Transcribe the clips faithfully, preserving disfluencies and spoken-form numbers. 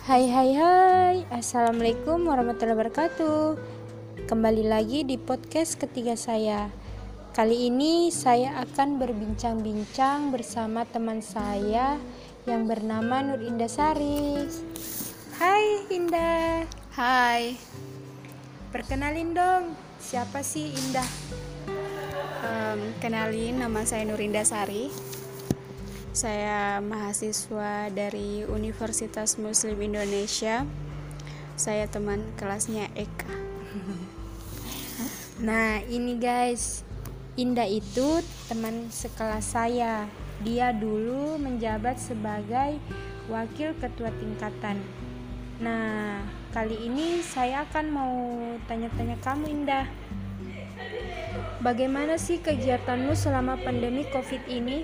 Hai hai hai, Assalamualaikum warahmatullahi wabarakatuh. Kembali lagi di podcast ketiga saya. Kali ini saya akan berbincang-bincang bersama teman saya yang bernama Nur Indah Sari. Hai Indah. Hai, Perkenalin dong, siapa sih Indah? um, kenalin nama saya Nurinda Sari. Saya mahasiswa dari Universitas Muslim Indonesia. Saya teman kelasnya Eka. Nah ini guys, Indah itu teman sekelas saya. Dia dulu menjabat sebagai wakil ketua tingkatan. Nah kali ini saya akan mau tanya-tanya kamu Indah. Bagaimana sih kegiatanmu selama pandemi COVID ini?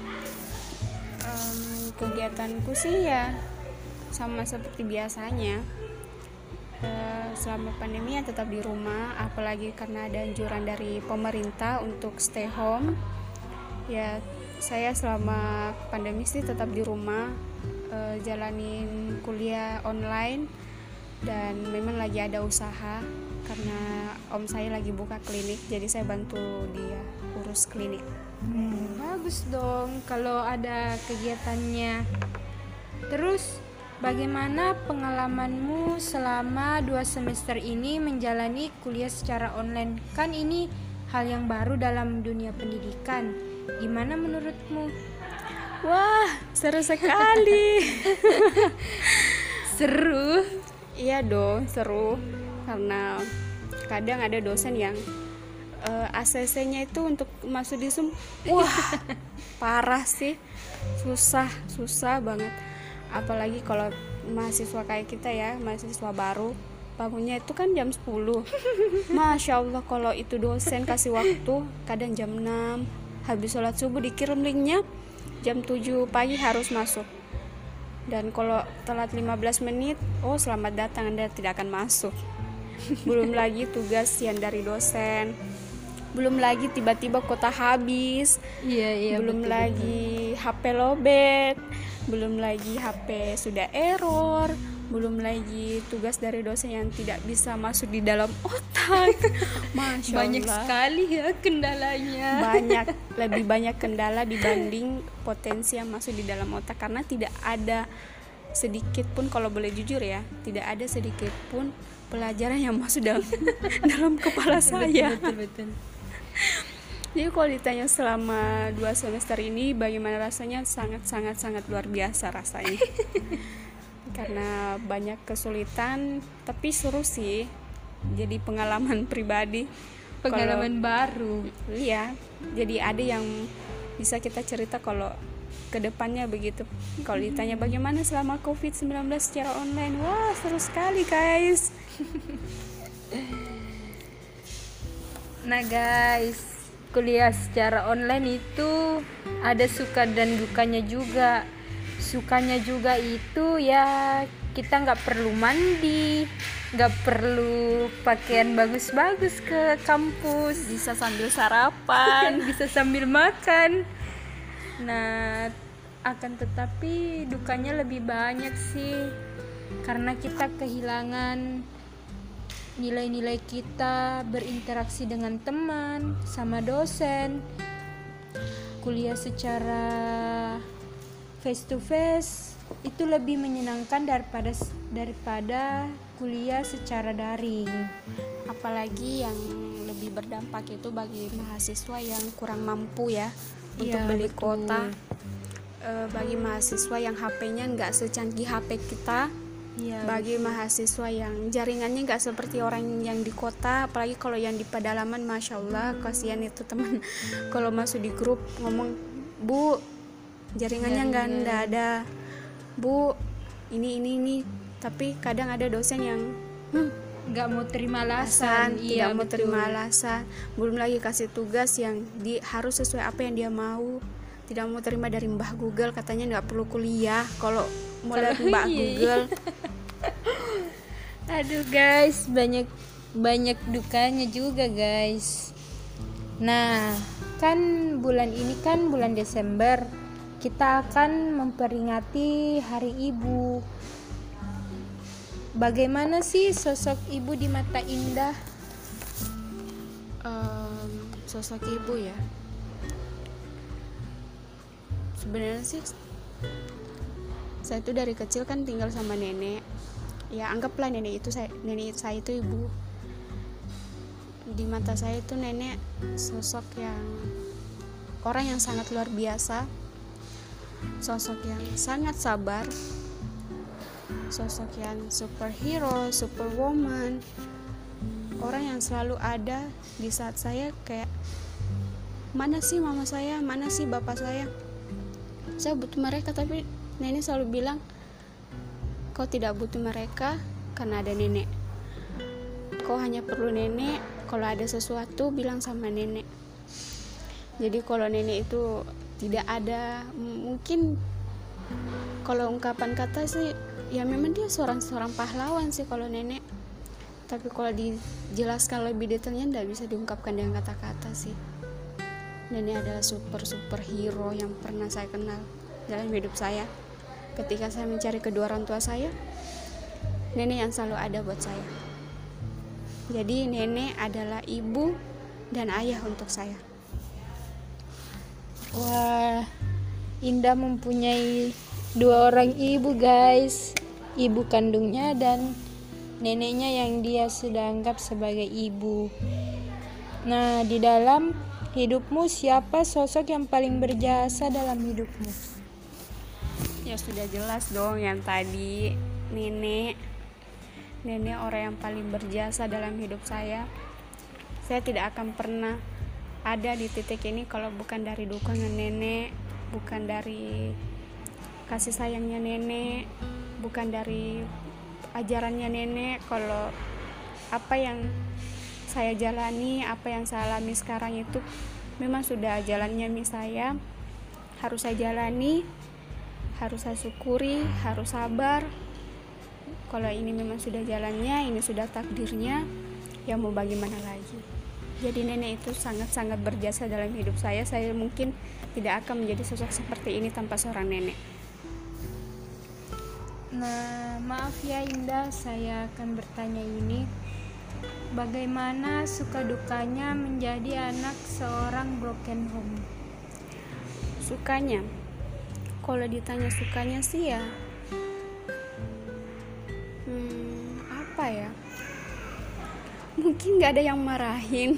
Um, kegiatanku sih ya sama seperti biasanya. Uh, selama pandemi ya tetap di rumah, apalagi karena ada anjuran dari pemerintah untuk stay home. Ya, saya selama pandemi sih tetap di rumah, uh, jalanin kuliah online, dan memang lagi ada usaha karena om saya lagi buka klinik, jadi saya bantu dia urus klinik. Hmm, bagus dong kalau ada kegiatannya. Terus bagaimana pengalamanmu selama dua semester ini menjalani kuliah secara online? Kan ini hal yang baru dalam dunia pendidikan. Gimana menurutmu? Wah, seru sekali. Seru? Iya dong, seru. Karena kadang ada dosen yang uh, A C C-nya itu untuk masuk di Zoom, wah parah sih, susah susah banget. Apalagi kalau mahasiswa kayak kita ya, mahasiswa baru, bangunnya itu kan jam sepuluh. Masya Allah, kalau itu dosen kasih waktu kadang jam enam, habis sholat subuh dikirim linknya jam tujuh pagi harus masuk. Dan kalau telat lima belas menit, oh selamat datang, Anda tidak akan masuk. Belum lagi tugas yang dari dosen, belum lagi tiba-tiba kota habis, Iya iya. belum betul, lagi betul. H P lobet, belum lagi H P sudah error, belum lagi tugas dari dosen yang tidak bisa masuk di dalam otak. Masya banyak Allah. sekali ya kendalanya. Banyak, lebih banyak kendala dibanding potensi yang masuk di dalam otak, karena tidak ada sedikit pun, kalau boleh jujur ya, tidak ada sedikit pun pelajaran yang masuk dalam dalam kepala saya. Betul, betul, betul. Jadi kalau ditanya selama dua semester ini bagaimana rasanya, sangat sangat sangat luar biasa rasanya. Karena banyak kesulitan, tapi seru sih. Jadi pengalaman pribadi. Pengalaman Kalau, baru. iya, jadi ada yang bisa kita cerita kalau kedepannya begitu. Kalau ditanya bagaimana selama covid sembilan belas secara online, wah seru sekali guys. Nah guys, kuliah secara online itu ada suka dan dukanya juga. Sukanya juga itu ya kita nggak perlu mandi, nggak perlu pakaian bagus-bagus ke kampus, Bisa sambil sarapan. bisa sambil makan. Nah, akan tetapi dukanya lebih banyak sih, karena kita kehilangan nilai-nilai kita berinteraksi dengan teman, sama dosen. Kuliah secara face to face itu lebih menyenangkan daripada daripada kuliah secara daring. Apalagi yang lebih berdampak itu bagi mahasiswa yang kurang mampu ya untuk Iya, beli betul. kuota. E, bagi mahasiswa yang H P-nya nggak secanggih H P kita, Iya, bagi mahasiswa yang jaringannya nggak seperti orang yang di kota, apalagi kalau yang di pedalaman, masya Allah, kasihan itu teman. Kalau masuk di grup ngomong, Bu, jaringannya nggak Jaringan. ada, Bu, ini ini ini, tapi kadang ada dosen yang hmm, nggak mau terima alasan, alasan. tidak Iya, mau betul. terima alasan, belum lagi kasih tugas yang di, harus sesuai apa yang dia mau, tidak mau terima dari Mbah Google, katanya nggak perlu kuliah kalau mau Kalau- lihat Mbah iya, iya. Google. Aduh guys, banyak banyak dukanya juga guys. Nah, kan bulan ini kan bulan Desember, kita akan memperingati Hari Ibu. Bagaimana sih sosok ibu di mata Indah? Um, sosok ibu ya, sebenarnya sih saya itu dari kecil kan tinggal sama nenek. Ya anggaplah nenek itu saya, nenek saya itu ibu. Di mata saya itu nenek sosok yang orang yang sangat luar biasa, sosok yang sangat sabar, sosok yang superhero, superwoman, orang yang selalu ada di saat saya kayak, mana sih mama saya, mana sih bapak saya, saya butuh mereka. Tapi nenek selalu bilang, kau tidak butuh mereka karena ada nenek, kau hanya perlu nenek, kalau ada sesuatu bilang sama nenek. Jadi kalau nenek itu tidak ada, mungkin kalau ungkapan kata sih ya memang dia seorang-seorang pahlawan sih kalau nenek. Tapi kalau dijelaskan lebih detailnya tidak bisa diungkapkan dengan kata-kata sih. Nenek adalah super super hero yang pernah saya kenal dalam hidup saya. Ketika saya mencari kedua orang tua saya, nenek yang selalu ada buat saya. Jadi nenek adalah ibu dan ayah untuk saya. Wah, Indah mempunyai dua orang ibu guys, ibu kandungnya dan neneknya yang dia sudah anggap sebagai ibu. Nah, di dalam hidupmu siapa sosok yang paling berjasa dalam hidupmu? Ya sudah jelas dong yang tadi, nenek. Nenek orang yang paling berjasa dalam hidup saya. Saya tidak akan pernah ada di titik ini kalau bukan dari dukungan nenek, bukan dari kasih sayangnya nenek, bukan dari ajarannya nenek. Kalau apa yang saya jalani, apa yang saya alami sekarang itu memang sudah jalannya mi saya, harus saya jalani, harus saya syukuri, harus sabar. Kalau ini memang sudah jalannya, ini sudah takdirnya, ya mau bagaimana lagi. Jadi nenek itu sangat-sangat berjasa dalam hidup saya. Saya mungkin tidak akan menjadi sosok seperti ini tanpa seorang nenek. Nah, maaf ya Indah, saya akan bertanya ini. Bagaimana suka dukanya menjadi anak seorang broken home? Sukanya, kalau ditanya sukanya sih ya, hmm, apa ya? Mungkin nggak ada yang marahin.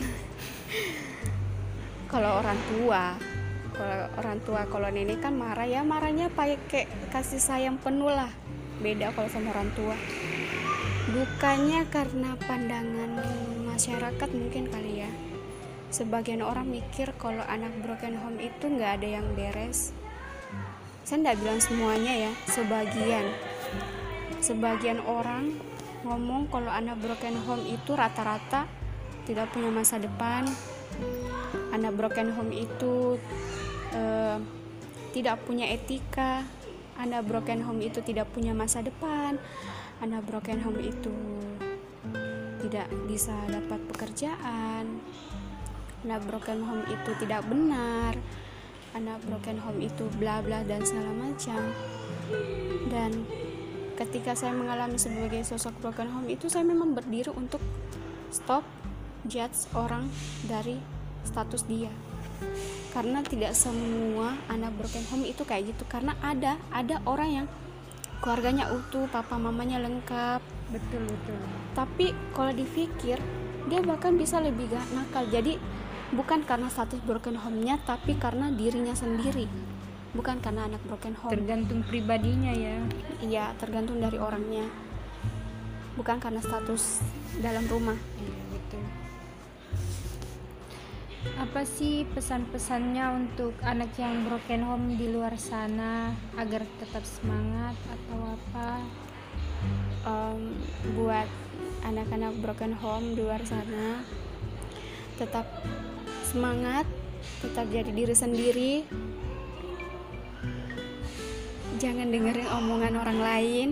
Kalau orang tua, kalau orang tua, kalau nenek kan marah ya, marahnya pakai kasih sayang penuh lah. Beda kalau sama orang tua. Dukanya karena pandangan masyarakat mungkin kali ya. Sebagian orang mikir kalau anak broken home itu nggak ada yang beres. Saya nggak bilang semuanya ya, sebagian. Sebagian orang ngomong kalau anak broken home itu rata-rata tidak punya masa depan. Anak broken home itu eh, tidak punya etika. Anak broken home itu tidak punya masa depan. Anak broken home itu tidak bisa dapat pekerjaan. Anak broken home itu tidak benar. Anak broken home itu bla bla dan segala macam. Dan ketika saya mengalami sebagai sosok broken home itu, saya memang berdiri untuk stop judge orang dari status dia. Karena tidak semua anak broken home itu kayak gitu. Karena ada ada orang yang keluarganya utuh, papa mamanya lengkap. Betul betul. Tapi kalau dipikir, dia bahkan bisa lebih gak nakal. Jadi bukan karena status broken home-nya, tapi karena dirinya sendiri. Bukan karena anak broken home. Tergantung pribadinya ya. Iya, tergantung dari orangnya. Bukan karena status dalam rumah. Iya betul. Apa sih pesan-pesannya untuk anak yang broken home di luar sana agar tetap semangat atau apa? Um, buat anak-anak broken home di luar sana, tetap semangat, tetap jadi diri sendiri. Jangan dengerin omongan orang lain.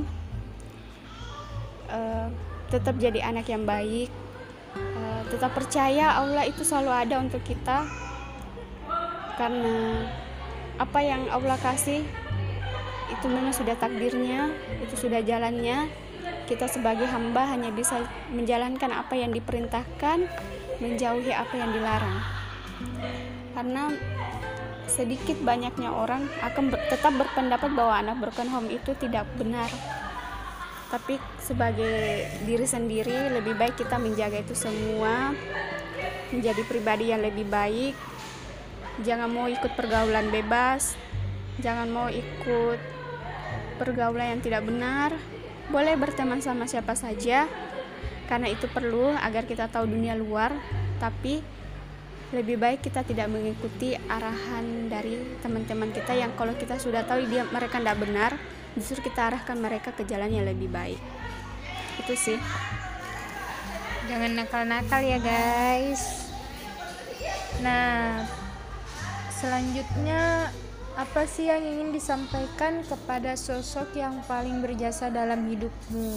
Uh, tetap jadi anak yang baik. Uh, tetap percaya Allah itu selalu ada untuk kita, karena apa yang Allah kasih itu memang sudah takdirnya, itu sudah jalannya. Kita sebagai hamba hanya bisa menjalankan apa yang diperintahkan, menjauhi apa yang dilarang. Karena sedikit banyaknya orang akan ber, tetap berpendapat bahwa anak broken home itu tidak benar. Tapi sebagai diri sendiri lebih baik kita menjaga itu semua, menjadi pribadi yang lebih baik. Jangan mau ikut pergaulan bebas, jangan mau ikut pergaulan yang tidak benar. Boleh berteman sama siapa saja, karena itu perlu agar kita tahu dunia luar. Tapi lebih baik kita tidak mengikuti arahan dari teman-teman kita yang kalau kita sudah tahu dia mereka tidak benar, justru kita arahkan mereka ke jalan yang lebih baik. Itu sih. Jangan nakal-nakal ya guys. Nah, selanjutnya apa sih yang ingin disampaikan kepada sosok yang paling berjasa dalam hidupmu?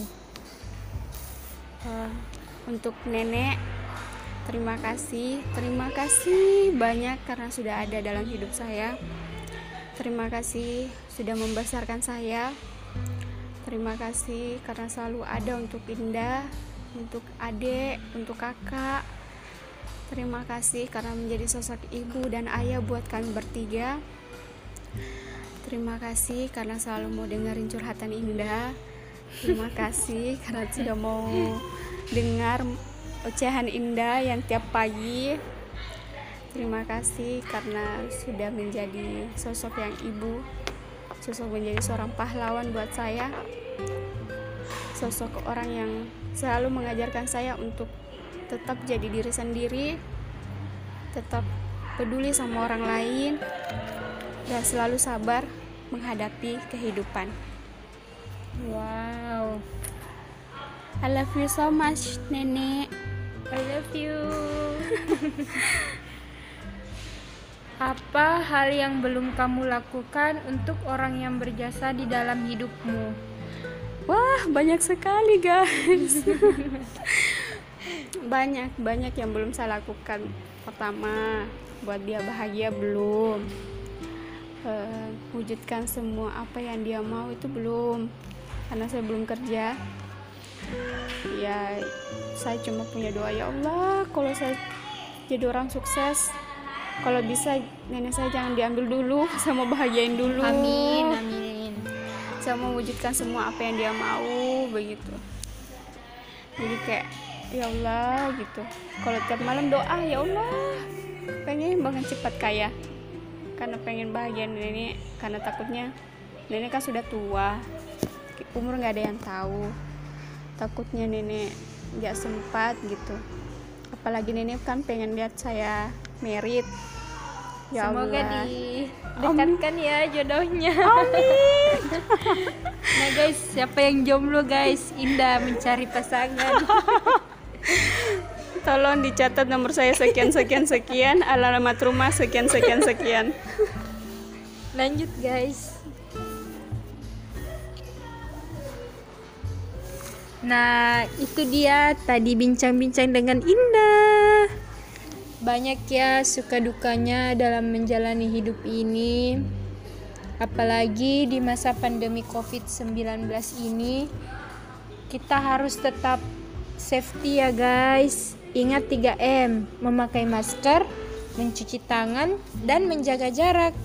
Uh, untuk nenek, terima kasih, terima kasih banyak karena sudah ada dalam hidup saya. Terima kasih sudah membesarkan saya. Terima kasih karena selalu ada untuk Indah, untuk adik, untuk kakak. Terima kasih karena menjadi sosok ibu dan ayah buat kami bertiga. Terima kasih karena selalu mau dengerin curhatan Indah. Terima kasih karena sudah mau dengar ocehan Indah yang tiap pagi. Terima kasih karena sudah menjadi sosok yang ibu, sosok menjadi seorang pahlawan buat saya, sosok orang yang selalu mengajarkan saya untuk tetap jadi diri sendiri, tetap peduli sama orang lain, dan selalu sabar menghadapi kehidupan. Wow, I love you so much, Nenek. I love you. Apa hal yang belum kamu lakukan untuk orang yang berjasa di dalam hidupmu? Wah, banyak sekali guys. Banyak, banyak yang belum saya lakukan. Pertama, buat dia bahagia belum. Uh, wujudkan semua apa yang dia mau itu belum, karena saya belum kerja. Ya, saya cuma punya doa, ya Allah, kalau saya jadi orang sukses, kalau bisa nenek saya jangan diambil dulu, saya mau bahagiain dulu. Amin, amin. Saya mau wujudkan semua apa yang dia mau, begitu. Jadi kayak, ya Allah gitu. Kalau tiap malam doa, ya Allah, pengen banget cepat kaya, karena pengen bahagia nenek, karena takutnya nenek kan sudah tua, umur nggak ada yang tahu, takutnya nenek nggak sempat gitu. Apalagi nenek kan pengen lihat saya merit. Ya semoga Allah, didekatkan ya jodohnya. Amin. Nah guys, siapa yang jomblo guys, Indah mencari pasangan. Tolong dicatat nomor saya sekian sekian sekian, alamat rumah sekian sekian sekian. Lanjut guys. Nah, itu dia tadi bincang-bincang dengan Indah. Banyak ya suka dukanya dalam menjalani hidup ini. Apalagi di masa pandemi covid sembilan belas ini, kita harus tetap safety ya guys. Ingat tiga M, memakai masker, mencuci tangan, dan menjaga jarak.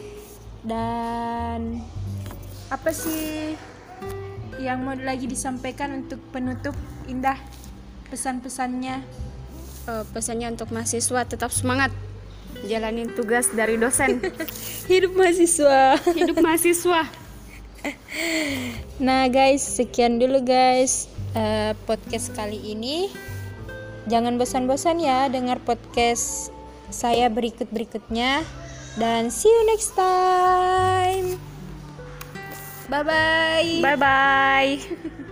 Dan apa sih yang mau lagi disampaikan untuk penutup, Indah, pesan-pesannya? Uh, pesannya untuk mahasiswa, tetap semangat jalanin tugas dari dosen. Hidup mahasiswa. Hidup mahasiswa. Nah guys, sekian dulu guys uh, podcast kali ini. Jangan bosan-bosan ya dengar podcast saya berikut-berikutnya. Dan see you next time. Bye-bye. Bye-bye.